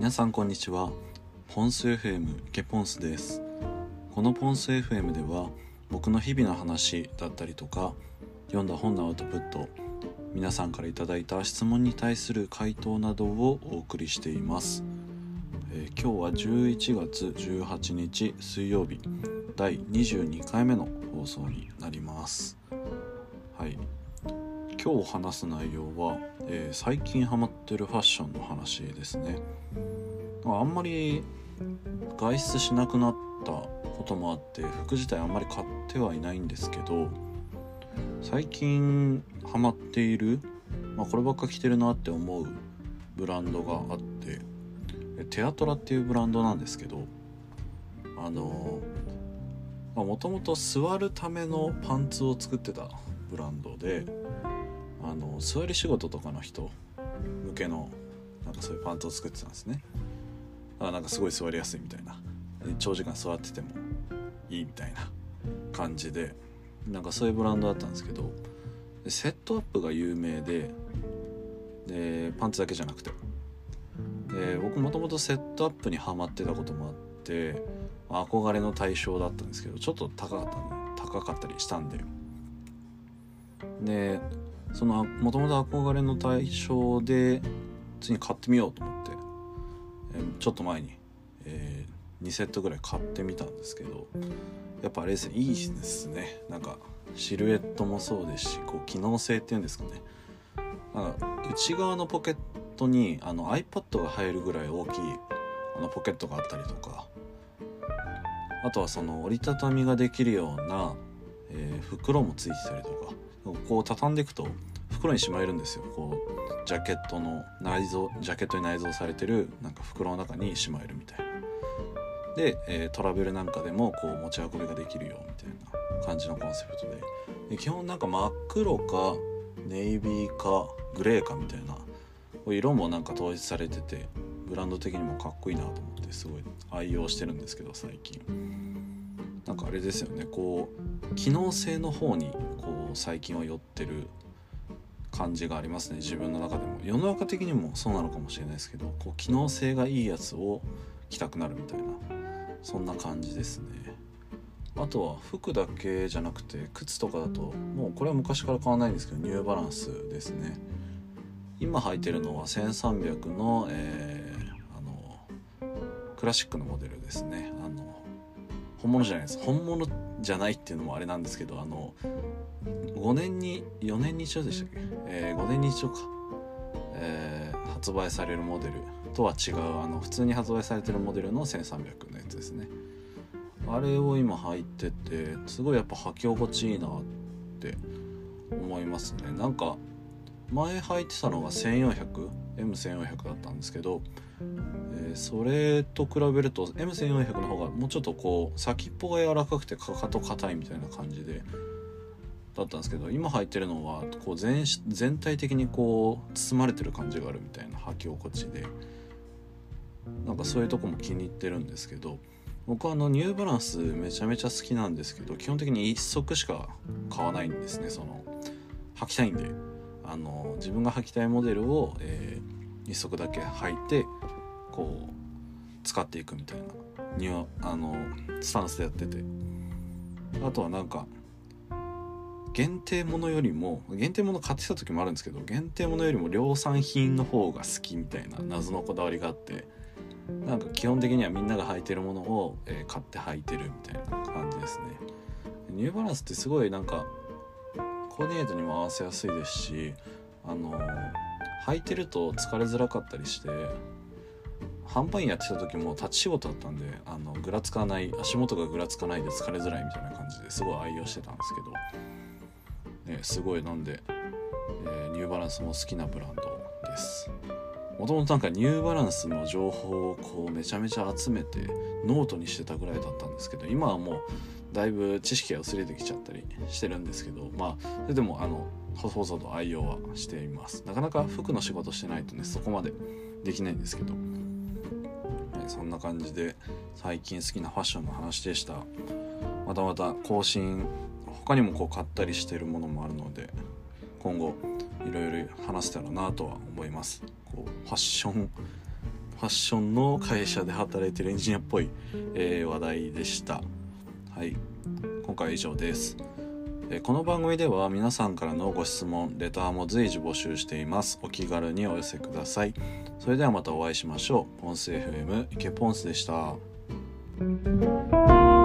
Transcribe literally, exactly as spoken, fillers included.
皆さんこんにちは。ポンス エフエム ケポンスです。このポンス エフエム では僕の日々の話だったりとか、読んだ本のアウトプット、皆さんからいただいた質問に対する回答などをお送りしています。えー、今日はじゅういちがつじゅうはちにち水曜日、だいにじゅうにかいめの放送になります。はい、今日話す内容は、えー、最近ハマってるファッションの話ですね。あんまり外出しなくなったこともあって服自体あんまり買ってはいないんですけど、最近ハマっている、まあ、こればっか着てるなって思うブランドがあって、テアトラっていうブランドなんですけど、あのもともと座るためのパンツを作ってたブランドで、あの座り仕事とかの人向けのなんかそういうパンツを作ってたんですね。だからなんかすごい座りやすいみたいな、長時間座っててもいいみたいな感じで、なんかそういうブランドだったんですけど、セットアップが有名で、でパンツだけじゃなくて、で僕もともとセットアップにハマってたこともあって、憧れの対象だったんですけど、ちょっと高かったね高かったりしたんで、でそのもともと憧れの対象で次に買ってみようと思って、えー、ちょっと前に、えー、にセットぐらい買ってみたんですけど、やっぱあれですね、いいですね。なんかシルエットもそうですし、こう機能性っていうんですかね、なんか内側のポケットにあの iPad が入るぐらい大きいあのポケットがあったりとか、あとはその折りたたみができるような、えー、袋もついてたりとか、こう畳んでいくと袋にしまえるんですよ。こうジャケットの内蔵ジャケットに内蔵されてるなんか袋の中にしまえるみたいなで、えー、トラベルなんかでもこう持ち運びができるよみたいな感じのコンセプト で, で基本なんか真っ黒かネイビーかグレーかみたいな、色もなんか統一されててブランド的にもかっこいいなと思ってすごい愛用してるんですけど、最近なんかあれですよね、こう機能性の方にこう最近は寄ってる感じがありますね。自分の中でも世の中的にもそうなのかもしれないですけど、こう機能性がいいやつを着たくなるみたいな、そんな感じですね。あとは服だけじゃなくて靴とかだと、もうこれは昔から変わらないんですけど、ニューバランスですね。今履いてるのはせんさんびゃくの、えー、あのクラシックのモデルですね。あの本物じゃないです。本物じゃないっていうのもあれなんですけど、あのごねんによねんに一度でしたっけ、えー、ごねんに一度か、えー、発売されるモデルとは違う、あの普通に発売されてるモデルのせんさんびゃくのやつですね。あれを今履いてて、すごいやっぱ履き心地いいなって思いますね。なんか前履いてたのが せんよんひゃくエムせんよんひゃく だったんですけど、えー、それと比べると エムせんよんひゃく の方がもうちょっとこう先っぽが柔らかくてかかと硬いみたいな感じでだったんですけど、今履いてるのはこう 全, 全体的にこう包まれてる感じがあるみたいな履き心地で、なんかそういうとこも気に入ってるんですけど、僕はあのニューバランスめちゃめちゃ好きなんですけど、基本的に一足しか買わないんですね。その履きたいんで、あの自分が履きたいモデルを、えー、一足だけ履いてこう使っていくみたいなニュあのスタンスでやってて、あとはなんか限定ものよりも限定もの買ってた時もあるんですけど、限定ものよりも量産品の方が好きみたいな謎のこだわりがあって、なんか基本的にはみんなが履いてるものを、えー、買って履いてるみたいな感じですね。ニューバランスってすごいなんかコーディネートにも合わせやすいですし、あのー、履いてると疲れづらかったりして、販売員やってた時も立ち仕事だったんで、あのぐらつかない足元がぐらつかないで疲れづらいみたいな感じですごい愛用してたんですけど、ね、すごいなんで、えー、ニューバランスも好きなブランドです。もともとなんかニューバランスの情報をこうめちゃめちゃ集めてノートにしてたぐらいだったんですけど、今はもうだいぶ知識が薄れてきちゃったりしてるんですけど、まあそれでもあの細々と愛用はしています。なかなか服の仕事してないとね、そこまでできないんですけど、はい、そんな感じで最近好きなファッションの話でした。またまた更新他にもこう買ったりしてるものもあるので、今後いろいろ話せたらなとは思います。こうファッションフファッションの会社で働いてるエンジニアっぽい、えー、話題でした。はい、今回は以上です。えー、この番組では皆さんからのご質問、レターも随時募集しています。お気軽にお寄せください。それではまたお会いしましょう。ポンス エフエム 池ポンスでした。